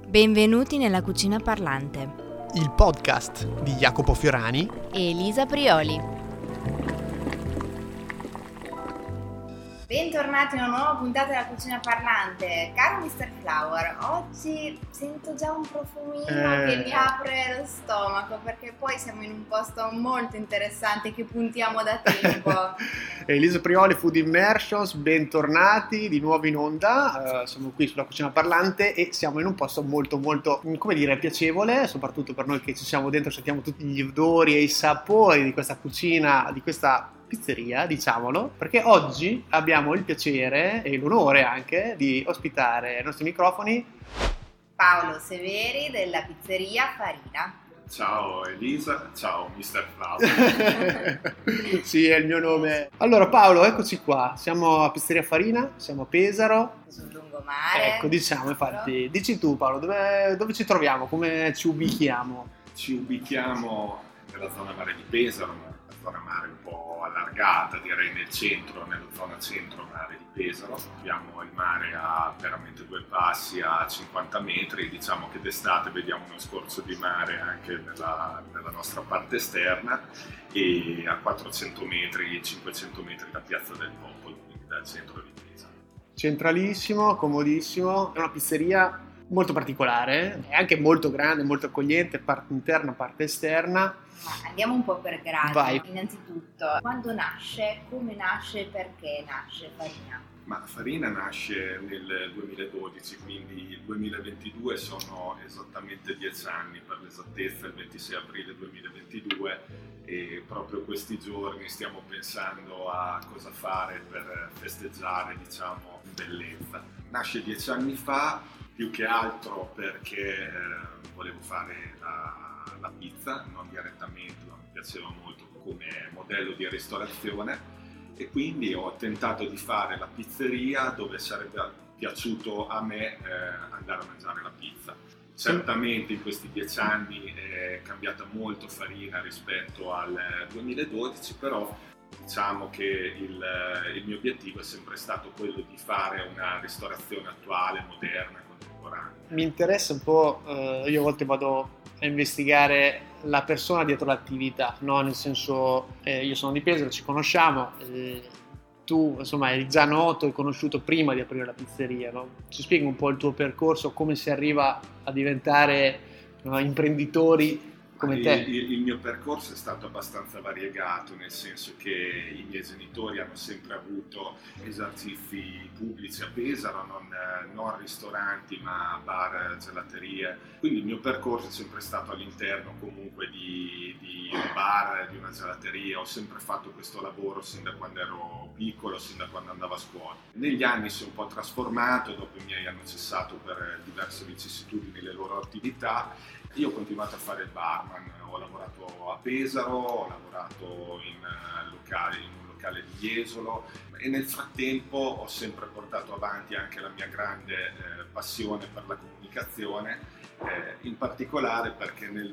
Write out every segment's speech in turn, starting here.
Benvenuti nella Cucina Parlante. Il podcast di Jacopo Fiorani e Elisa Prioli. Bentornati in una nuova puntata della Cucina Parlante. Caro Mr. Flower, oggi sento già un profumino che mi apre lo stomaco, perché poi siamo in un posto molto interessante che puntiamo da tempo. Elisa Prioli, Food Immersions, bentornati di nuovo in onda. Siamo qui sulla Cucina Parlante e siamo in un posto molto come dire, piacevole, soprattutto per noi che ci siamo dentro, sentiamo tutti gli odori e i sapori di questa cucina, di questa pizzeria, diciamolo, perché oggi abbiamo il piacere e l'onore anche di ospitare ai nostri microfoni Paolo Severi della pizzeria Farina. Ciao Elisa, ciao Mr. Flower. Sì, è il mio nome. Allora Paolo, eccoci qua, siamo a Pizzeria Farina, siamo a Pesaro. Sul lungomare. Ecco, diciamo, infatti, dici tu Paolo, dove ci troviamo, come ci ubichiamo? Ci ubichiamo nella zona mare di Pesaro, una zona mare un po' allargata, direi nel centro, nella zona centro mare di Pesaro. Abbiamo il mare a veramente due passi, a 50 metri, diciamo che d'estate vediamo uno scorcio di mare anche nella nostra parte esterna, e a 400 metri, 500 metri da Piazza del Popolo, quindi dal centro di Pesaro. Centralissimo, comodissimo, è una pizzeria molto particolare, è anche molto grande, molto accogliente, parte interna, parte esterna. Ma andiamo un po' per gradi. Vai. Innanzitutto, quando nasce, come nasce, perché nasce Farina? Ma Farina nasce nel 2012, quindi il 2022 sono esattamente 10 anni, per l'esattezza il 26 aprile 2022, e proprio questi giorni stiamo pensando a cosa fare per festeggiare, diciamo, in bellezza. Nasce 10 anni fa, più che altro perché volevo fare la pizza, non direttamente, ma mi piaceva molto come modello di ristorazione, e quindi ho tentato di fare la pizzeria dove sarebbe piaciuto a me andare a mangiare la pizza. Certamente in questi 10 anni è cambiata molto Farina rispetto al 2012, però diciamo che il mio obiettivo è sempre stato quello di fare una ristorazione attuale, moderna, contemporanea. Mi interessa un po', io a volte vado a investigare la persona dietro l'attività, no? Nel senso, io sono di Pesaro, ci conosciamo, tu insomma eri già noto e conosciuto prima di aprire la pizzeria, no? Ci spieghi un po' il tuo percorso, come si arriva a diventare imprenditori come te? Il mio percorso è stato abbastanza variegato, nel senso che i miei genitori hanno sempre avuto esercizi pubblici a Pesaro, non ristoranti ma bar, gelaterie, quindi il mio percorso è sempre stato all'interno comunque di un bar, di una gelateria. Ho sempre fatto questo lavoro sin da quando ero piccolo, sin da quando andavo a scuola. Negli anni si è un po' trasformato, dopo i miei hanno cessato per diverse vicissitudini le loro attività. Io ho continuato a fare il barman, ho lavorato a Pesaro, ho lavorato in un locale di Jesolo, e nel frattempo ho sempre portato avanti anche la mia grande passione per la comunicazione, in particolare perché nel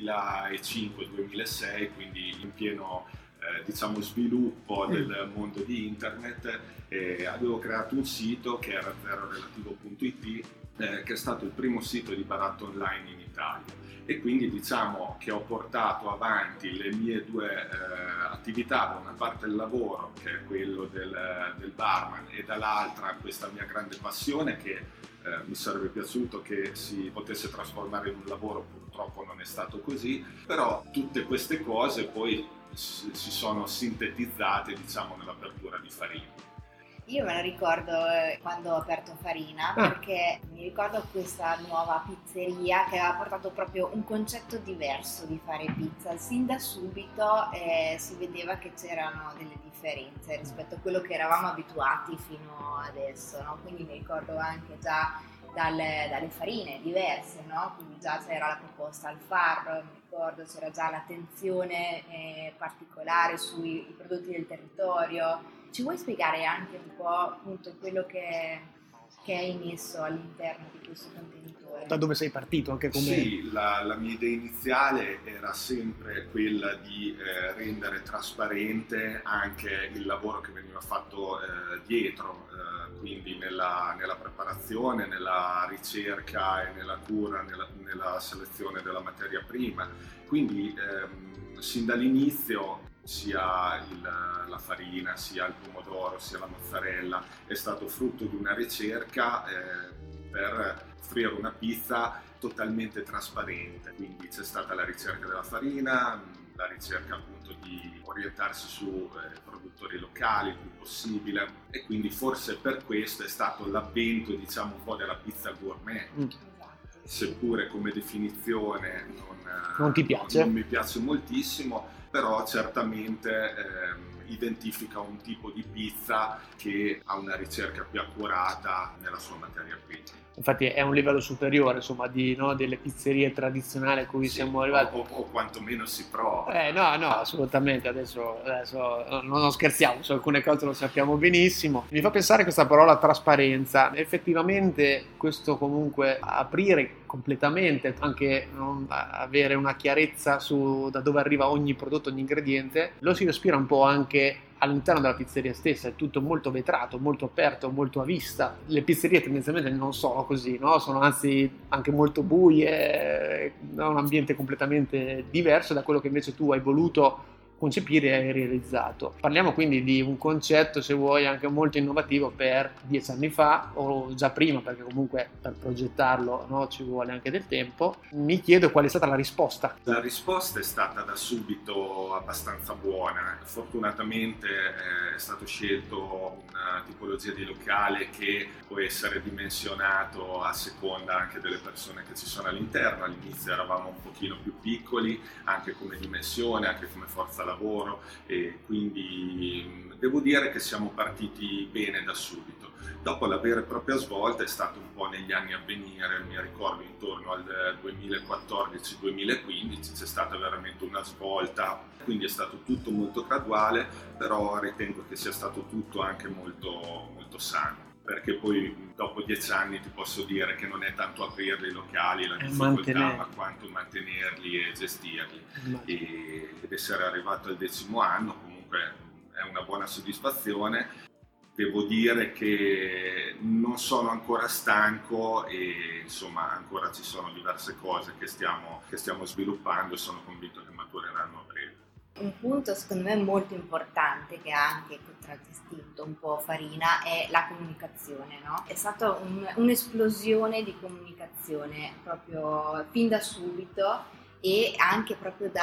2005-2006, quindi in pieno diciamo sviluppo del mondo di internet, avevo creato un sito che era zerorelativo.it, che è stato il primo sito di baratto online in Italia, e quindi diciamo che ho portato avanti le mie due attività, da una parte il lavoro che è quello del barman, e dall'altra questa mia grande passione che mi sarebbe piaciuto che si potesse trasformare in un lavoro. Purtroppo non è stato così, però tutte queste cose poi si sono sintetizzate, diciamo, nell'apertura di Farina. Io me lo ricordo quando ho aperto Farina, perché mi ricordo questa nuova pizzeria che aveva portato proprio un concetto diverso di fare pizza. Sin da subito si vedeva che c'erano delle differenze rispetto a quello che eravamo abituati fino adesso, no? Quindi mi ricordo anche già dalle farine diverse, no? Quindi già c'era la proposta al farro, mi ricordo c'era già l'attenzione particolare sui prodotti del territorio. Ci vuoi spiegare anche un po' appunto quello che hai messo all'interno di questo contenitore? Da dove sei partito anche come... Sì, la mia idea iniziale era sempre quella di rendere trasparente anche il lavoro che veniva fatto dietro, quindi nella preparazione, nella ricerca e nella cura, nella selezione della materia prima. Quindi sin dall'inizio sia la farina, sia il pomodoro, sia la mozzarella è stato frutto di una ricerca per offrire una pizza totalmente trasparente. Quindi c'è stata la ricerca della farina, la ricerca appunto di orientarsi su produttori locali il più possibile, e quindi forse per questo è stato l'avvento, diciamo, un po' della pizza gourmet. Seppure come definizione non ti piace? Non mi piace moltissimo, però certamente identifica un tipo di pizza che ha una ricerca più accurata nella sua materia prima. Infatti è un livello superiore, insomma, delle pizzerie tradizionali a cui siamo arrivati. O quantomeno si prova. No, assolutamente. Adesso non scherziamo, su alcune cose lo sappiamo benissimo. Mi fa pensare questa parola trasparenza. Effettivamente questo comunque aprire completamente, anche non avere una chiarezza su da dove arriva ogni prodotto, ogni ingrediente, lo si respira un po' anche all'interno della pizzeria stessa. È tutto molto vetrato, molto aperto, molto a vista. Le pizzerie tendenzialmente non sono così, no? Sono anzi anche molto buie, un ambiente completamente diverso da quello che invece tu hai voluto concepire e hai realizzato. Parliamo quindi di un concetto, se vuoi, anche molto innovativo per 10 anni fa, o già prima, perché comunque per progettarlo, no, ci vuole anche del tempo. Mi chiedo qual è stata la risposta. La risposta è stata da subito abbastanza buona. Fortunatamente è stato scelto una tipologia di locale che può essere dimensionato a seconda anche delle persone che ci sono all'interno. All'inizio eravamo un pochino più piccoli, anche come dimensione, anche come forza lavoro, e quindi devo dire che siamo partiti bene da subito. Dopo la vera e propria svolta è stata un po' negli anni a venire, mi ricordo intorno al 2014-2015 c'è stata veramente una svolta, quindi è stato tutto molto graduale, però ritengo che sia stato tutto anche molto, molto sano. Perché poi dopo 10 anni ti posso dire che non è tanto aprire i locali la difficoltà, ma quanto mantenerli e gestirli. Ed essere arrivato al 10° anno comunque è una buona soddisfazione. Devo dire che non sono ancora stanco e insomma ancora ci sono diverse cose che stiamo sviluppando e sono convinto che matureranno a breve. Un punto secondo me molto importante che ha anche contraddistinto un po' Farina è la comunicazione, no? È stata un'esplosione di comunicazione proprio fin da subito, e anche proprio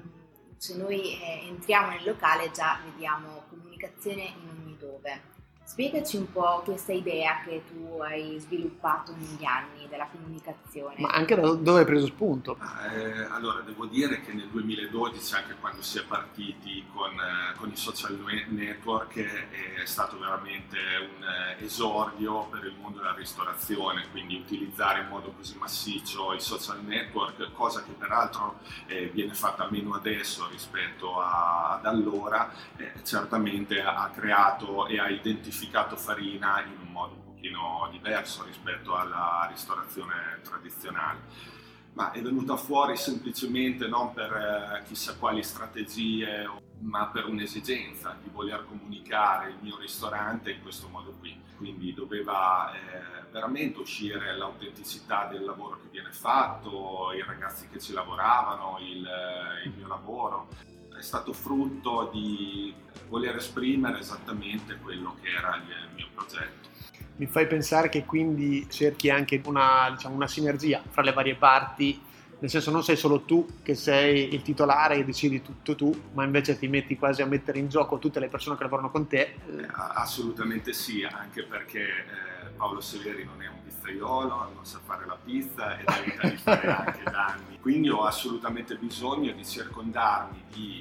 se noi entriamo nel locale già vediamo comunicazione in ogni dove. Spiegaci un po' questa idea che tu hai sviluppato negli anni della comunicazione. Ma anche da dove hai preso spunto? Allora, devo dire che nel 2012, anche quando si è partiti con i social network, è stato veramente un esordio per il mondo della ristorazione, quindi utilizzare in modo così massiccio i social network, cosa che peraltro viene fatta meno adesso rispetto ad allora, certamente ha creato e ha identificato Farina in un modo un pochino diverso rispetto alla ristorazione tradizionale, ma è venuta fuori semplicemente non per chissà quali strategie, ma per un'esigenza di voler comunicare il mio ristorante in questo modo qui. Quindi doveva veramente uscire l'autenticità del lavoro che viene fatto, i ragazzi che ci lavoravano, il mio lavoro. È stato frutto di voler esprimere esattamente quello che era il mio progetto. Mi fai pensare che quindi cerchi anche una sinergia fra le varie parti, nel senso non sei solo tu che sei il titolare e decidi tutto tu, ma invece ti metti quasi a mettere in gioco tutte le persone che lavorano con te. Assolutamente sì, anche perché Paolo Severi non è un pizzaiolo, non sa fare la pizza ed evita di fare anche danni. Quindi ho assolutamente bisogno di circondarmi di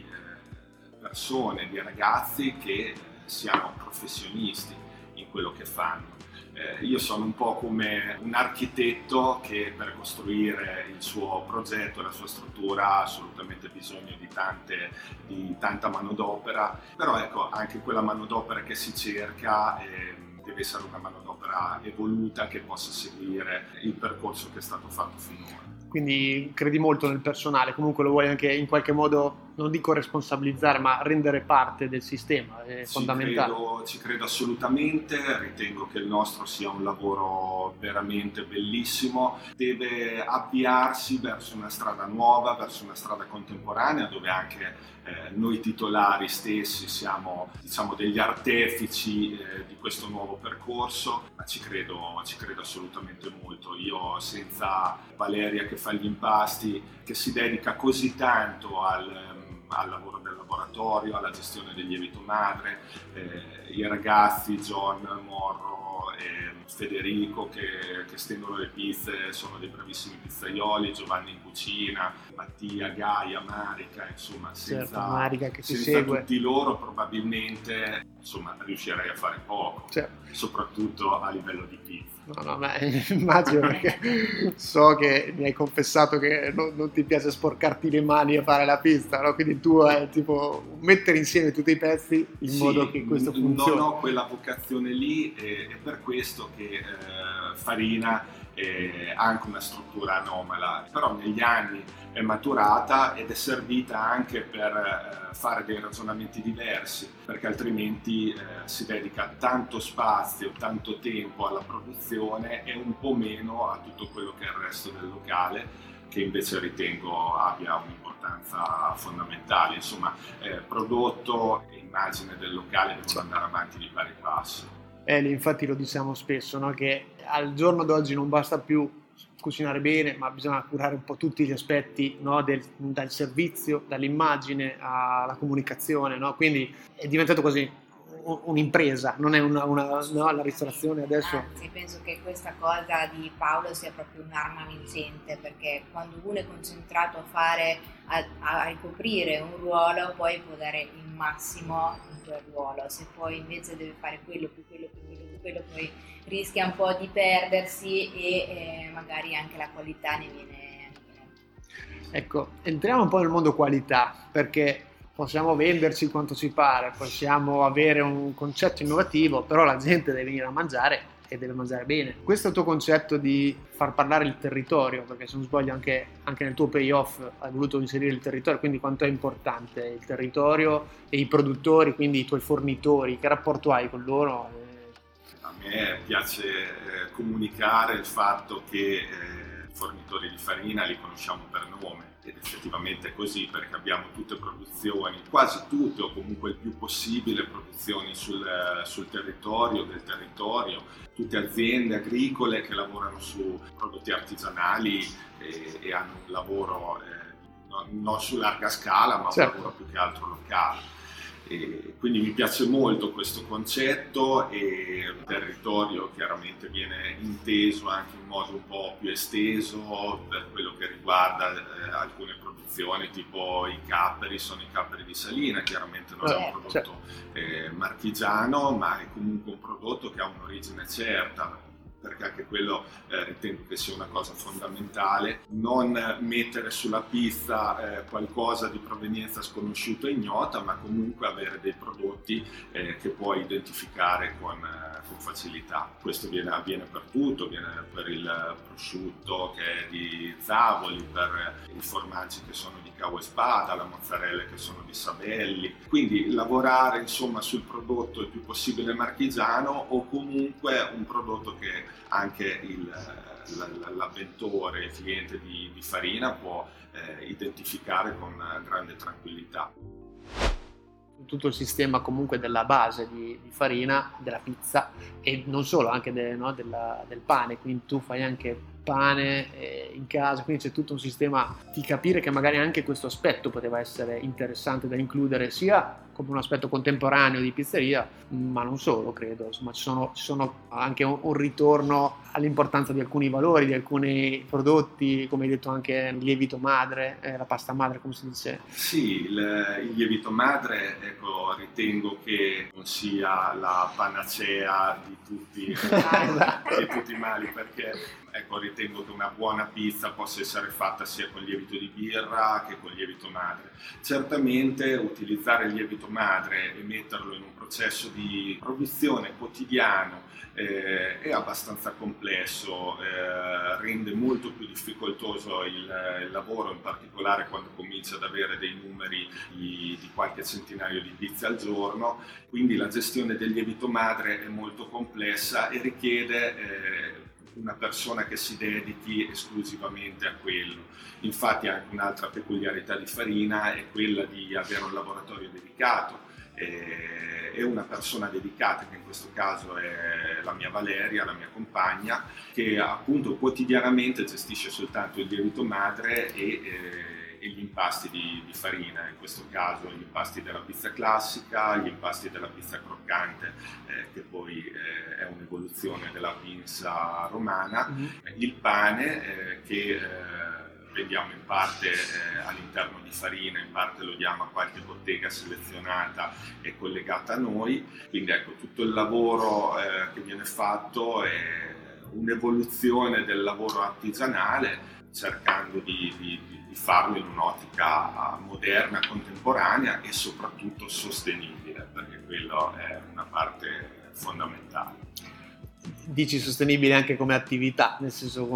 persone, di ragazzi che siano professionisti in quello che fanno. Io sono un po' come un architetto che per costruire il suo progetto e la sua struttura ha assolutamente bisogno di tanta manodopera, però ecco, anche quella manodopera che si cerca deve essere una manodopera evoluta che possa seguire il percorso che è stato fatto finora. Quindi credi molto nel personale, comunque lo vuoi anche in qualche modo non dico responsabilizzare, ma rendere parte del sistema, è fondamentale. Ci credo assolutamente, ritengo che il nostro sia un lavoro veramente bellissimo, deve avviarsi verso una strada nuova, verso una strada contemporanea, dove anche noi titolari stessi siamo, diciamo, degli artefici di questo nuovo percorso, ma ci credo assolutamente molto. Io, senza Valeria che fa gli impasti, che si dedica così tanto al lavoro del laboratorio, alla gestione del lievito madre, i ragazzi John, Morro e Federico che stendono le pizze, sono dei bravissimi pizzaioli, Giovanni in cucina, Mattia, Gaia, Marica, insomma, senza, Marica che senza segue. tutti loro probabilmente, insomma, riuscirei a fare poco, soprattutto a livello di pizza. No, ma immagino, perché so che mi hai confessato che non ti piace sporcarti le mani a fare la pizza, no? Quindi tu è tipo mettere insieme tutti i pezzi in modo che questo funzioni. Non ho quella vocazione lì, è per questo che Farina ha anche una struttura anomala, però negli anni è maturata ed è servita anche per fare dei ragionamenti diversi, perché altrimenti si dedica tanto spazio, tanto tempo alla produzione e un po' meno a tutto quello che è il resto del locale, che invece ritengo abbia un'importanza fondamentale. Insomma, prodotto e immagine del locale devono andare avanti di pari passo. Infatti lo diciamo spesso, no? Che al giorno d'oggi non basta più cucinare bene, ma bisogna curare un po' tutti gli aspetti, no? Dal servizio, dall'immagine alla comunicazione, no? Quindi è diventato così un'impresa, non è no, la ristorazione adesso. Anzi, penso che questa cosa di Paolo sia proprio un'arma vincente, perché quando uno è concentrato a ricoprire un ruolo, poi può dare il massimo in quel ruolo. Se poi invece deve fare quello, poi rischia un po' di perdersi e magari anche la qualità ne viene. Ecco, entriamo un po' nel mondo qualità, perché possiamo venderci quanto ci pare, possiamo avere un concetto innovativo, però la gente deve venire a mangiare e deve mangiare bene. Questo è il tuo concetto di far parlare il territorio, perché se non sbaglio anche nel tuo payoff hai voluto inserire il territorio, quindi quanto è importante il territorio e i produttori, quindi i tuoi fornitori, che rapporto hai con loro? A me piace comunicare il fatto che i fornitori di farina li conosciamo per nome, ed effettivamente è così, perché abbiamo tutte produzioni, quasi tutte o comunque il più possibile produzioni sul territorio, del territorio, tutte aziende agricole che lavorano su prodotti artigianali e hanno un lavoro non su larga scala, ma un lavoro più che altro locale. E quindi mi piace molto questo concetto, e il territorio chiaramente viene inteso anche in modo un po' più esteso per quello che riguarda alcune produzioni, tipo i capperi, sono i capperi di Salina, chiaramente non è un prodotto marchigiano, ma è comunque un prodotto che ha un'origine certa, perché anche quello ritengo che sia una cosa fondamentale, non mettere sulla pizza qualcosa di provenienza sconosciuta e ignota, ma comunque avere dei prodotti che puoi identificare con facilità. Questo avviene per tutto, avviene per il prosciutto che è di Zavoli, per i formaggi che sono di Cavo e Spada, la mozzarella che sono di Sabelli, quindi lavorare insomma sul prodotto il più possibile marchigiano, o comunque un prodotto che anche l'avventore, il cliente di farina può identificare con grande tranquillità. Tutto il sistema comunque della base di farina, della pizza, e non solo, anche del pane, quindi tu fai anche pane in casa, quindi c'è tutto un sistema di capire che magari anche questo aspetto poteva essere interessante da includere sia come un aspetto contemporaneo di pizzeria, ma non solo, credo, insomma ci sono anche un ritorno all'importanza di alcuni valori, di alcuni prodotti, come hai detto anche il lievito madre, la pasta madre, come si dice. Sì, il lievito madre, ecco, ritengo che non sia la panacea di tutti i mali, perché ecco, ritengo che una buona pizza possa essere fatta sia con lievito di birra che con lievito madre. Certamente utilizzare il lievito lievito madre e metterlo in un processo di produzione quotidiano è abbastanza complesso, rende molto più difficoltoso il lavoro, in particolare quando comincia ad avere dei numeri di qualche centinaio di pizze al giorno, quindi la gestione del lievito madre è molto complessa e richiede una persona che si dedichi esclusivamente a quello. Infatti anche un'altra peculiarità di Farina è quella di avere un laboratorio dedicato e una persona dedicata, che in questo caso è la mia Valeria, la mia compagna, che appunto quotidianamente gestisce soltanto il lievito madre e gli impasti di farina, in questo caso gli impasti della pizza classica, gli impasti della pizza croccante, che poi è un'evoluzione della pizza romana, il pane che vendiamo in parte all'interno di Farina, in parte lo diamo a qualche bottega selezionata e collegata a noi, quindi ecco, tutto il lavoro che viene fatto è un'evoluzione del lavoro artigianale, cercando di farlo in un'ottica moderna, contemporanea e soprattutto sostenibile, perché quello è una parte fondamentale. Dici sostenibile anche come attività, nel senso,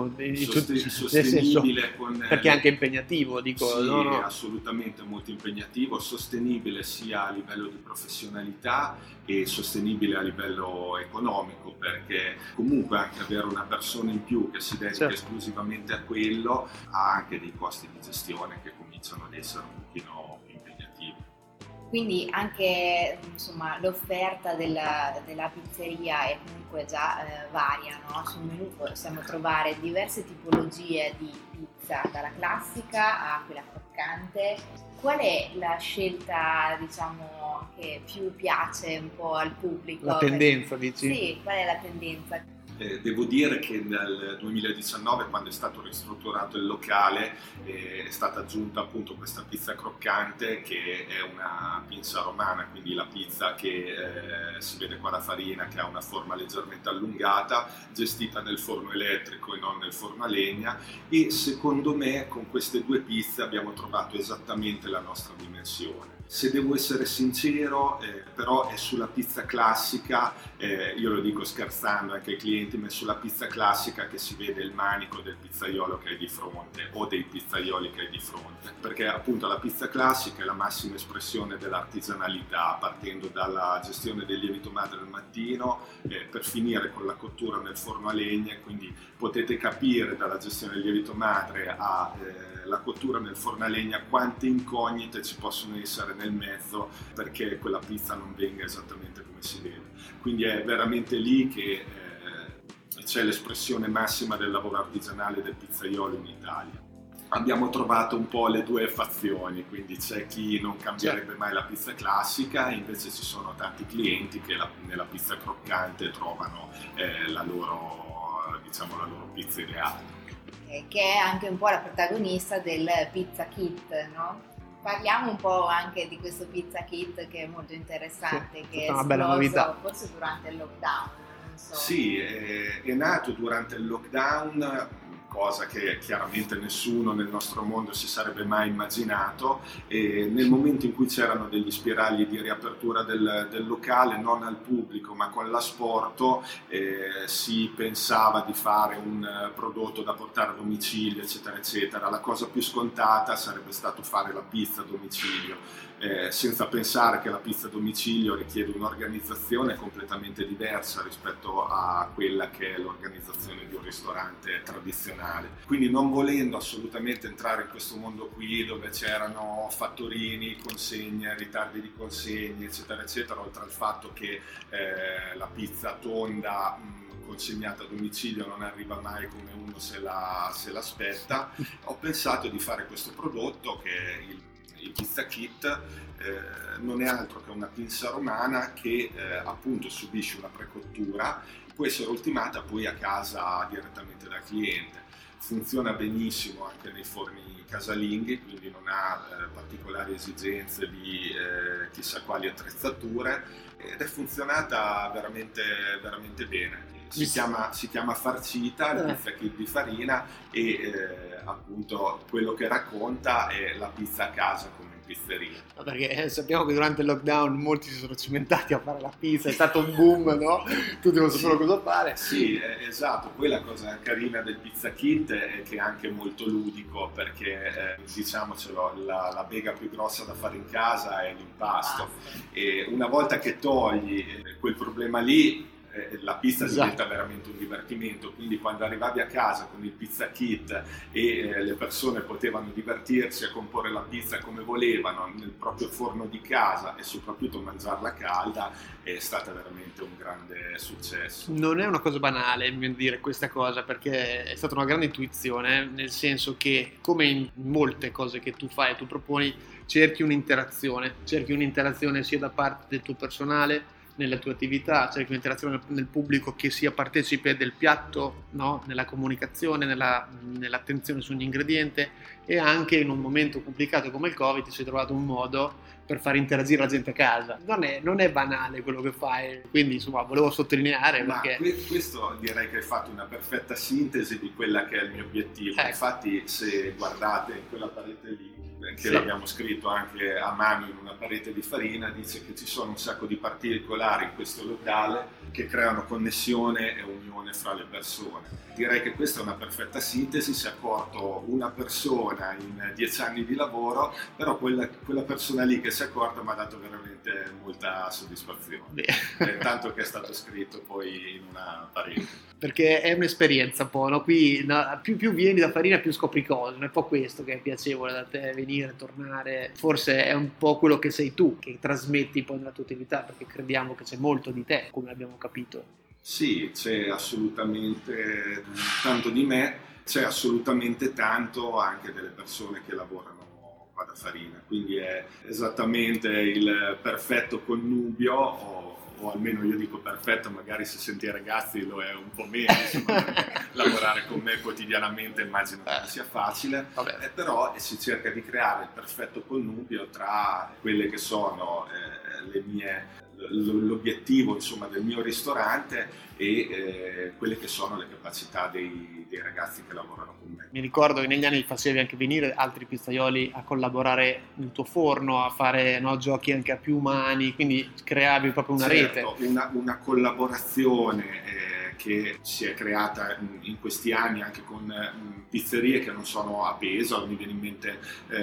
sostenibile perché è anche impegnativo, dico. Sì, no? È assolutamente molto impegnativo, sostenibile sia a livello di professionalità e sostenibile a livello economico, perché comunque anche avere una persona in più che si dedica esclusivamente a quello ha anche dei costi di gestione che cominciano ad essere un pochino più impegnativi. Quindi anche insomma, l'offerta della pizzeria è comunque già varia, no? Sul menù possiamo trovare diverse tipologie di pizza, dalla classica a quella croccante. Qual è la scelta, diciamo, che più piace un po' al pubblico? La tendenza, dici? Sì, qual è la tendenza? Devo dire che nel 2019, quando è stato ristrutturato il locale, è stata aggiunta appunto questa pizza croccante, che è una pizza romana, quindi la pizza che si vede qua da Farina, che ha una forma leggermente allungata, gestita nel forno elettrico e non nel forno a legna, e secondo me con queste due pizze abbiamo trovato esattamente la nostra dimensione. Se devo essere sincero, però è sulla pizza classica, io lo dico scherzando anche ai clienti, ma è sulla pizza classica che si vede il manico del pizzaiolo che hai di fronte o dei pizzaioli che hai di fronte, perché appunto la pizza classica è la massima espressione dell'artigianalità, partendo dalla gestione del lievito madre al mattino per finire con la cottura nel forno a legna, quindi potete capire dalla gestione del lievito madre alla cottura nel forno a legna quante incognite ci possono essere nel mezzo perché quella pizza non venga esattamente come si vede. Quindi è veramente lì che c'è l'espressione massima del lavoro artigianale del pizzaiolo in Italia. Abbiamo trovato un po' le due fazioni, quindi c'è chi non cambierebbe mai la pizza classica e invece ci sono tanti clienti che nella pizza croccante trovano la loro pizza ideale. Che è anche un po' la protagonista del Pizza Kit, no? Parliamo un po' anche di questo Pizza Kit che è molto interessante, che è esploso forse durante il lockdown. Non so. Sì, è nato durante il lockdown, cosa che chiaramente nessuno nel nostro mondo si sarebbe mai immaginato, e nel momento in cui c'erano degli spiragli di riapertura del locale, non al pubblico ma con l'asporto, si pensava di fare un prodotto da portare a domicilio, eccetera eccetera. La cosa più scontata sarebbe stato fare la pizza a domicilio, senza pensare che la pizza a domicilio richiede un'organizzazione completamente diversa rispetto a quella che è l'organizzazione di un ristorante tradizionale. Quindi non volendo assolutamente entrare in questo mondo qui dove c'erano fattorini, consegne, ritardi di consegne, eccetera eccetera, oltre al fatto che la pizza tonda consegnata a domicilio non arriva mai come uno se l'aspetta, ho pensato di fare questo prodotto che è il Pizza Kit. Non è altro che una pizza romana che appunto subisce una precottura, può essere ultimata poi a casa direttamente dal cliente. Funziona benissimo anche nei forni casalinghi, quindi non ha particolari esigenze di chissà quali attrezzature ed è funzionata veramente, veramente bene. si chiama Farcita, la pizza kit di farina, e appunto quello che racconta è la pizza a casa come in pizzeria. Perché sappiamo che durante il lockdown molti si sono cimentati a fare la pizza, è stato un boom, no? Tutti non sapevano cosa fare. Sì, esatto. Poi la cosa carina del pizza kit è che è anche molto ludico, perché diciamocelo, la bega più grossa da fare in casa è l'impasto, e una volta che togli quel problema lì, la pizza diventa veramente un divertimento. Quindi quando arrivavi a casa con il pizza kit e le persone potevano divertirsi a comporre la pizza come volevano nel proprio forno di casa e soprattutto mangiarla calda, è stata veramente un grande successo. Non è una cosa banale dire questa cosa, perché è stata una grande intuizione, nel senso che, come in molte cose che tu fai e tu proponi, cerchi un'interazione sia da parte del tuo personale, nelle tue attività, cerchi un'interazione nel pubblico che sia partecipe del piatto, no? Nella comunicazione, nell'attenzione su ogni ingrediente, e anche in un momento complicato come il Covid ti sei trovato un modo per far interagire la gente a casa. Non è banale quello che fai, quindi insomma volevo sottolineare. Ma perché questo direi che hai fatto una perfetta sintesi di quella che è il mio obiettivo. Infatti, se guardate in quella parete lì, che l'abbiamo scritto anche a mano in una parete di farina, dice che ci sono un sacco di particolari in questo locale che creano connessione e unione fra le persone. Direi che questa è una perfetta sintesi. Si è accorto una persona in 10 anni di lavoro, però quella persona lì che si è accorta mi ha dato veramente molta soddisfazione, tanto che è stato scritto poi in una parete. Perché è un'esperienza un po', no? Qui più vieni da farina più scopri cose, non è un po' questo che è piacevole da te, venire, tornare. Forse è un po' quello che sei tu, che trasmetti poi nella tua attività, perché crediamo che c'è molto di te, come abbiamo capito. Sì, c'è assolutamente tanto di me, c'è assolutamente tanto anche delle persone che lavorano qua da farina, quindi è esattamente il perfetto connubio, o almeno io dico perfetto, magari se senti i ragazzi lo è un po' meno, insomma, lavorare con me quotidianamente immagino che non sia facile, però si cerca di creare il perfetto connubio tra quelle che sono l'obiettivo, insomma, del mio ristorante e quelle che sono le capacità dei ragazzi che lavorano con me. Mi ricordo che negli anni facevi anche venire altri pizzaioli a collaborare nel tuo forno, a fare giochi anche a più umani, quindi creavi proprio una rete. Una collaborazione che si è creata in questi anni anche con pizzerie che non sono a Pesaro, mi viene in mente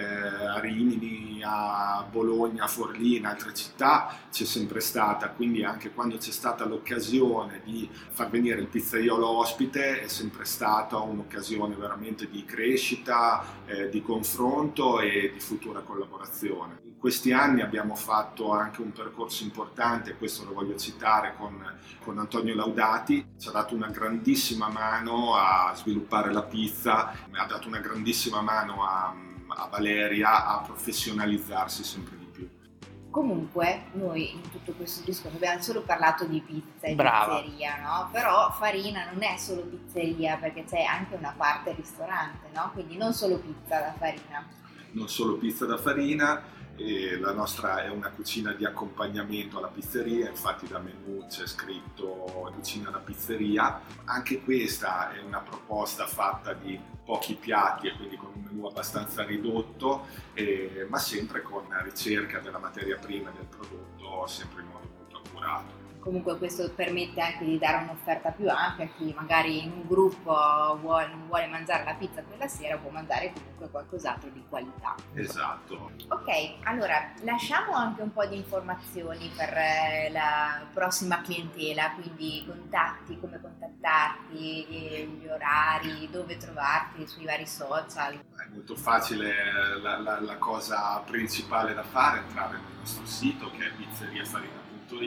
a Rimini, a Bologna, a Forlì, in altre città c'è sempre stata, quindi anche quando c'è stata l'occasione di far venire il pizzaiolo ospite è sempre stata un'occasione veramente di crescita, di confronto e di futura collaborazione. In questi anni abbiamo fatto anche un percorso importante, questo lo voglio citare, con Antonio Laudati. Ci ha dato una grandissima mano a sviluppare la pizza, ha dato una grandissima mano a Valeria a professionalizzarsi sempre di più. Comunque noi in tutto questo discorso abbiamo solo parlato di pizza e pizzeria, no? Però Farina non è solo pizzeria, perché c'è anche una parte ristorante, no? Quindi non solo pizza da farina. Non solo pizza da farina. E la nostra è una cucina di accompagnamento alla pizzeria, infatti da menù c'è scritto cucina da pizzeria. Anche questa è una proposta fatta di pochi piatti e quindi con un menù abbastanza ridotto, ma sempre con ricerca della materia prima del prodotto, sempre in modo molto accurato. Comunque questo permette anche di dare un'offerta più ampia a chi magari in un gruppo non vuole mangiare la pizza quella sera, può mangiare comunque qualcos'altro di qualità. Esatto. Ok, allora lasciamo anche un po' di informazioni per la prossima clientela, quindi contatti, come contattarti, gli orari, dove trovarti sui vari social. È molto facile, la cosa principale da fare è entrare nel nostro sito che è pizzeriafarina.it.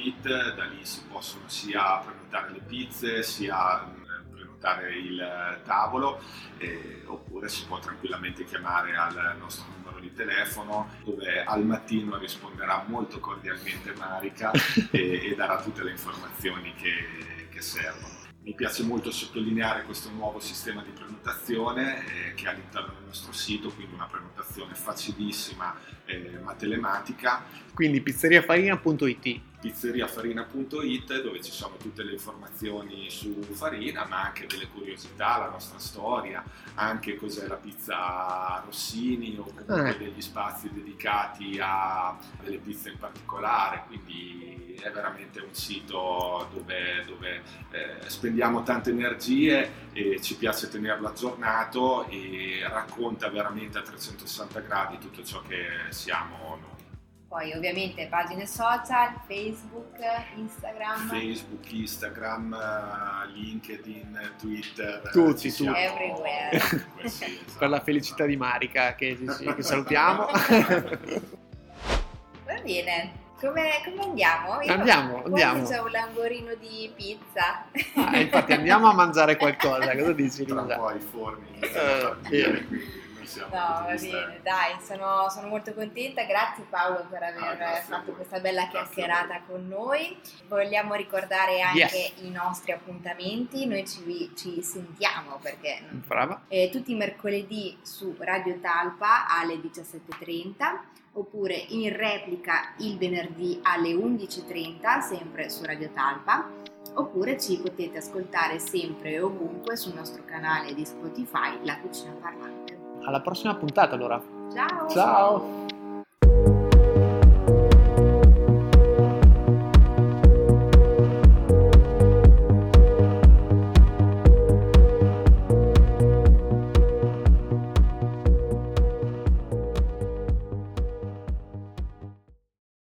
Da lì si possono sia prenotare le pizze sia prenotare il tavolo, oppure si può tranquillamente chiamare al nostro numero di telefono, dove al mattino risponderà molto cordialmente Marica e darà tutte le informazioni che servono. Mi piace molto sottolineare questo nuovo sistema di prenotazione che è all'interno del nostro sito, quindi una prenotazione facilissima ma telematica. Quindi pizzeriafarina.it. pizzeriafarina.it, dove ci sono tutte le informazioni su Farina, ma anche delle curiosità, la nostra storia, anche cos'è la pizza Rossini o comunque degli spazi dedicati a delle pizze in particolare, quindi è veramente un sito dove spendiamo tante energie e ci piace tenerlo aggiornato e racconta veramente a 360 gradi tutto ciò che siamo noi. Poi ovviamente pagine social, Facebook, Instagram, LinkedIn, Twitter, tutti. Everywhere. Sì, esatto. Per la felicità di Marica che salutiamo. Va bene, come andiamo? Andiamo. C'è un languorino di pizza. Infatti andiamo a mangiare qualcosa, cosa dici? Tra un po' i forni iniziano a partire, quindi siamo va bene, dai, sono molto contenta, grazie Paolo per aver fatto questa bella chiacchierata con noi. Vogliamo ricordare anche i nostri appuntamenti, noi ci sentiamo perché tutti i mercoledì su Radio Talpa alle 17:30, oppure in replica il venerdì alle 11:30 sempre su Radio Talpa, oppure ci potete ascoltare sempre e ovunque sul nostro canale di Spotify La Cucina Parlante. Alla prossima puntata allora. Ciao! Ciao!